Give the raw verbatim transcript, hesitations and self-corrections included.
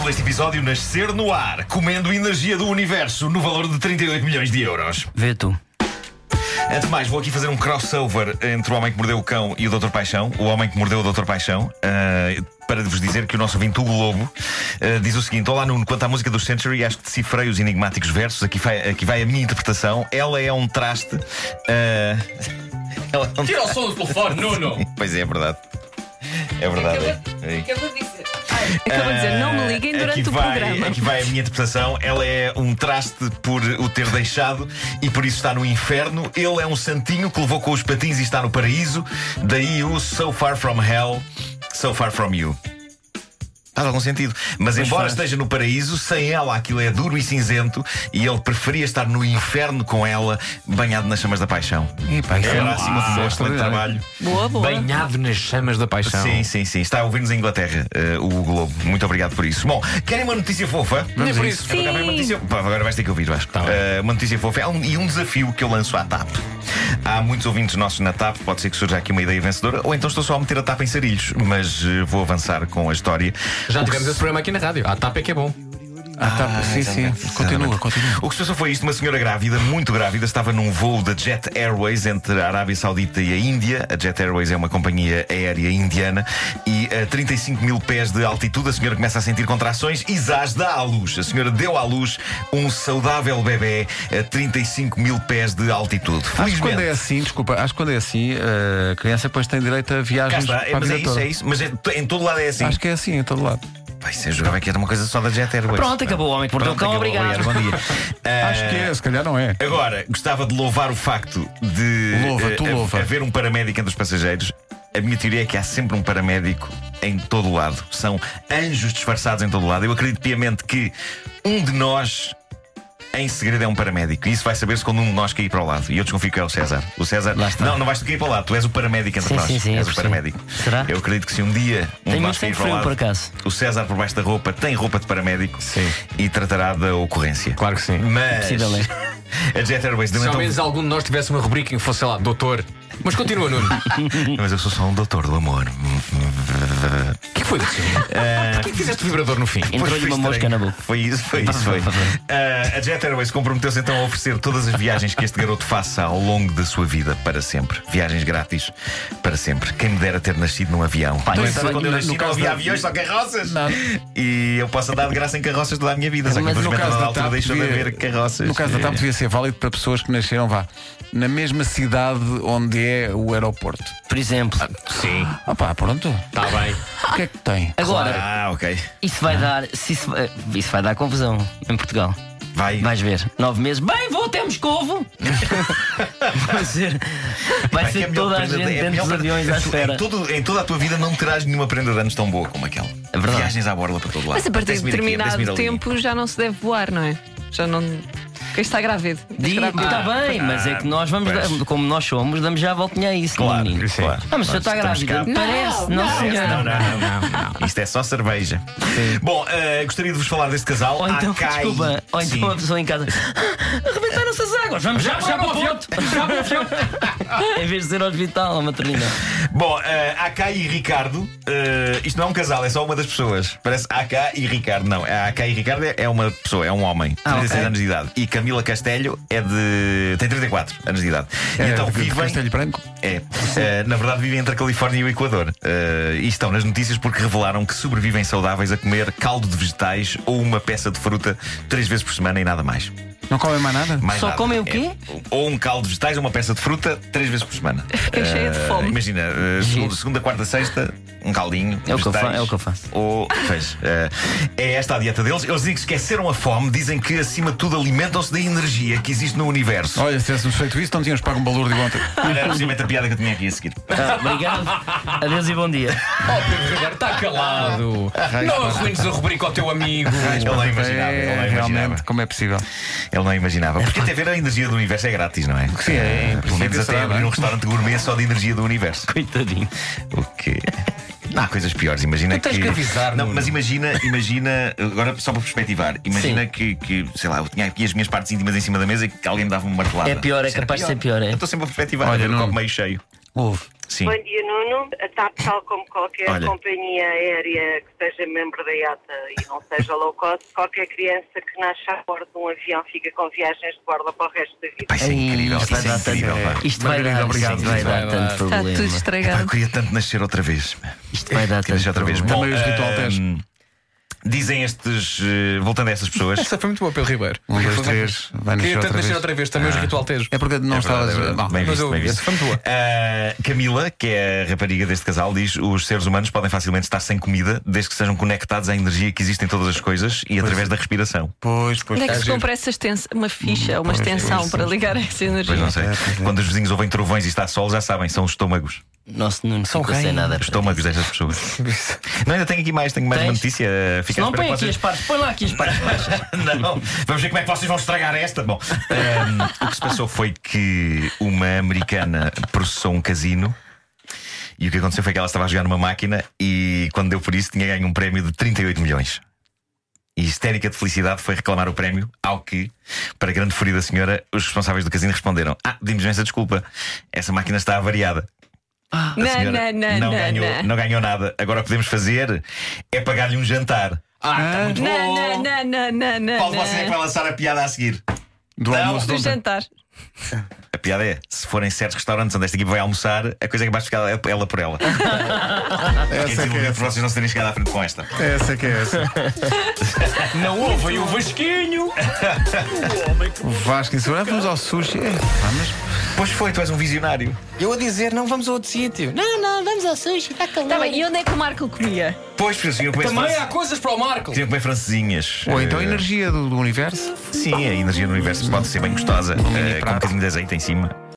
Título deste episódio: Nascer no ar, comendo energia do universo no valor de trinta e oito milhões de euros. Vê tu. Antes de mais, vou aqui fazer um crossover entre o Homem que Mordeu o Cão e o doutor Paixão. O Homem que Mordeu o doutor Paixão. Uh, para vos dizer que o nosso ouvinte Hugo Lobo uh, diz o seguinte: olá Nuno, quanto à música do Century, acho que decifrei os enigmáticos versos. Aqui vai, aqui vai a minha interpretação. Ela é um traste. Uh, ela é um Tira o som do telefone, Nuno! Pois é, é verdade. É verdade. É. Acabou de dizer. Acabou de dizer, não me liguem durante aqui o vai, programa. Aqui vai a minha interpretação. Ela é um traste por o ter deixado e por isso está no inferno. Ele é um santinho que levou com os patins e está no paraíso. Daí o So Far From Hell, So Far From You. Faz algum sentido. Mas Pois embora faz. esteja no paraíso, sem ela aquilo é duro e cinzento. E ele preferia estar no inferno com ela, banhado nas chamas da paixão. Epá, isso É é lá acima ah, de um excelente extraordinário. trabalho. Boa, boa. Banhado nas chamas da paixão. Sim, sim, sim. Está a ouvir-nos em Inglaterra, uh, o Globo. Muito obrigado por isso. Bom, querem uma notícia fofa? Nem por isso. Agora vai uma notícia... Pá, agora vais ter que ouvir, Vasco. Tá bem. Uh, uma notícia fofa é um, e um desafio que eu lanço à TAP. Há muitos ouvintes nossos na TAP, pode ser que surja aqui uma ideia vencedora, ou então estou só a meter a TAP em sarilhos, mas uh, vou avançar com a história. Já O que tivemos se- esse programa aqui na rádio. A TAP é que é bom. Ah, tá, sim, sim. exatamente, Continua, exatamente. continua. O que se passou foi isto: uma senhora grávida, muito grávida, estava num voo da Jet Airways entre a Arábia Saudita e a Índia. A Jet Airways é uma companhia aérea indiana. E a trinta e cinco mil pés de altitude, a senhora começa a sentir contrações e zás dá à luz. A senhora deu à luz um saudável bebê a trinta e cinco mil pés de altitude. Acho que quando é Felizmente. assim, desculpa, acho que quando é assim, a criança depois tem direito a Cá viagens está, para é, a mas é vida isso, toda. é isso. Mas é- em todo lado é assim. Acho que é assim em todo lado. Pai, se eu jogava que era uma coisa só da Jet Airways. Pronto, acabou o Homem que Mordeu o Pronto, Cão, acabou. obrigado. Bom dia. Ah, Acho que é, se calhar não é. Agora, gostava de louvar o facto de Louva, tu eh, louva. haver um paramédico entre os passageiros. A minha teoria é que há sempre um paramédico em todo o lado. São anjos disfarçados em todo o lado. Eu acredito piamente que um de nós, em segredo, é um paramédico. E isso vai saber-se quando um de nós cair para o lado. E eu desconfio que é o César. O César. Lá está. Não, não vais tu cair para o lado. Tu és o paramédico entre Sim, nós. sim, sim, eu és o percebo. paramédico. Será? Eu acredito que se um dia um Tem de nós muito cair tempo para o frio, lado, por acaso. o César, por baixo da roupa, tem roupa de paramédico. Sim. E tratará da ocorrência. Claro que sim. Mas Possível, é? a Jet Airways deu Se ao então. menos algum de nós tivesse uma rubrica em que fosse, sei lá, doutor. Mas continua, Nuno. O Mas eu sou só um doutor do amor. que é que foi isso? Porquê que fizeste o vibrador no fim? Entrou-lhe Pois foi uma mosca estranho. na boca. Foi isso, foi isso, foi. Ah, a Jet Airways comprometeu-se então a oferecer todas as viagens que este garoto faça ao longo da sua vida para sempre. Viagens grátis para sempre. Quem me dera ter nascido num avião. Pá, No isso entanto, vai- quando eu no- nasci no não caso havia da- aviões, só carroças. Não. E eu posso andar de graça em carroças toda a minha vida. Só que Mas no infelizmente caso na da altura TAP deixou de devia- haver carroças. No caso da TAP devia ser válido para pessoas que nasceram, vá, na mesma cidade onde é o aeroporto. Por exemplo. Sim. Ah pá, pronto. Está bem. O que é que tem? Agora, Ah, ok. isso vai dar. Se isso, vai- isso vai dar confusão em Portugal. Vai. Vais ver. Nove meses. Bem, vou até Moscovo. Vai ser. Vai Vai que é ser melhor toda a prenda de- gente é dentro melhor dos prenda- aviões à Em espera. todo- Em toda a tua vida não terás nenhuma prenda de anos tão boa como aquela. É verdade. Viagens à borla para todo lado. Mas a partir de Apetece-me ir aqui, apetece-me ir determinado ali. tempo já não se deve voar, não é? Já não. Quem está grávido. Está bem, ah, mas é que nós vamos, pois. dar- como nós somos, damos já a voltinha a isso, Claro, menino. sim. Claro. Ah, mas se eu está Estamos grávida, cá. parece, não, não, senhor. Não, não, não. Isto é só cerveja. Bom, eh, gostaria de vos falar deste casal. Ou então, Akai- desculpa, ou então Sim. uma pessoa em casa. "Ah, arrebentaram-se as águas, vamos já, já, para o ponto. Já para o avião. Em vez de ser ao hospital, a maternidade. Bom, uh, Akai e Ricardo, uh, isto não é um casal, é só uma das pessoas. Parece Akai e Ricardo. Não, a Akai e Ricardo é- é uma pessoa, é um homem, Ah, trinta e seis ok. anos de idade. E Camila Castelho é de. tem trinta e quatro anos de idade. E É, então de- de vivem. Castelho Branco. É, uh, na verdade vivem entre a Califórnia e o Equador. Uh, e estão nas notícias porque revelaram que sobrevivem saudáveis a comer caldo de vegetais ou uma peça de fruta três vezes por semana e nada mais. Não comem mais nada? Mais Só nada. comem o quê? É, ou um caldo de vegetais ou uma peça de fruta três vezes por semana. Fiquei cheia de Uh, fome. Imagina, uh, segunda, segunda, quarta, sexta, um caldinho. É o que eu vegetais, fa- é o que eu faço. Ou, pois, uh, é esta a dieta deles. Eles dizem que esqueceram a fome, dizem que acima de tudo alimentam-se da energia que existe no universo. Olha, se tivéssemos feito isso, não tínhamos pago um balúrdio ontem. Era precisamente a piada que eu tinha aqui a seguir. Ah, obrigado, adeus e bom dia. Oh, Pedro Ribeiro, está calado. Não arruines a rubrica ao teu amigo. Ele não imaginava, ele não É, imaginava. realmente, como é possível? Ele não imaginava. Porque até ver a energia do universo é grátis, não é? Sim, é, em Pelo menos princípio até será, abrir não é? um restaurante gourmet só de energia do universo. Coitadinho. O quê? Não, há coisas piores. Imagina Tu tens que. que avisar, Não, Nuno. mas imagina, imagina, agora só para perspectivar, imagina Sim. que, que, sei lá, eu tinha aqui as minhas partes íntimas em cima da mesa e que alguém me dava uma martelada. É pior, é Isso era capaz de ser pior, é. Eu estou sempre a perspectivar, Olha, a ver o não- copo meio cheio. Houve. Sim. Bom dia, Nuno. A TAP, tal como qualquer Olha. companhia aérea que seja membro da I A T A e não seja low cost, qualquer criança que nasce a bordo de um avião fica com viagens de borla para o resto da vida. Pá, isso é incrível. Isto vai Isso é dar tanto- incrível. pá. Isto vai Margarida, dar, obrigado. isto vai Isto dar vai dar. tanto Está tudo problema. Pá, eu estragado. queria tanto nascer outra vez. Isto vai dar Queria nascer tanto outra vez. problema. Bom, Também os ritualtestes. ahm, dizem estes. eh, voltando a essas pessoas. Essa foi muito boa, Pedro Ribeiro. Um, dois, três, vai nascer Queria tanto outra nascer vez. outra vez também os ritualtejos. É porque não É estavas. verdade, é verdade. Bom, Bem mas visto, eu- bem visto. essa foi muito boa. Ah, Camila, que é a rapariga deste casal, diz: os seres humanos podem facilmente estar sem comida desde que sejam conectados à energia que existe em todas as coisas e através da respiração. Pois, pois. Onde é que É se giro. compra essa extensão? Uma ficha, uma Pois, extensão pois, para pois. ligar essa Pois energia? não sei. É, pois é. Quando os vizinhos ouvem trovões e está sol, já sabem, são os estômagos. Nosso Nuno São ficou sem quem? nada. Os estômagos destas pessoas. Não, ainda tenho aqui mais, tenho mais uma Tens? notícia. Fica Se à não espera põe que aqui as vocês- partes, põe lá aqui as partes. Não, vamos ver como é que vocês vão estragar esta. Bom, ehm, o que se passou foi que uma americana processou um casino. E o que aconteceu foi que ela estava a jogar numa máquina e, quando deu por isso, tinha ganho um prémio de trinta e oito milhões. E histérica de felicidade foi reclamar o prémio, ao que, para grande fúria da senhora, os responsáveis do casino responderam: Ah, pedimos essa desculpa, essa máquina está avariada. A Não, senhora não, não, não, ganhou, não. não ganhou nada. Agora o que podemos fazer é pagar-lhe um jantar. Ah, está muito Não, bom. não, não, não, não, não. Paulo, você é que vai lançar a piada a seguir. Do Não, almoço de Do ontem. jantar. A piada é: se forem certos restaurantes onde esta equipa vai almoçar, a coisa é que vai ficar ela por ela. Fiquei Essa é que é desiludido por essa. vocês não se terem chegado à frente com esta. Essa é que é essa. Não houve o Vasquinho. O Vasco disse: "Ah, vamos ao sushi. É, pá, mas Pois foi, tu és um visionário. Eu a dizer, não vamos a outro sítio. Não, não, vamos ao sushi, está calor. Tá bem, e onde é que o Marco comia? Pois, porque eles queriam comer, Também há france... coisas para o Marco. queriam comer francesinhas. Ou então a Eh, energia do, do universo. Sim, a energia no universo pode ser bem gostosa, eh, com um prato. bocadinho de azeite em cima.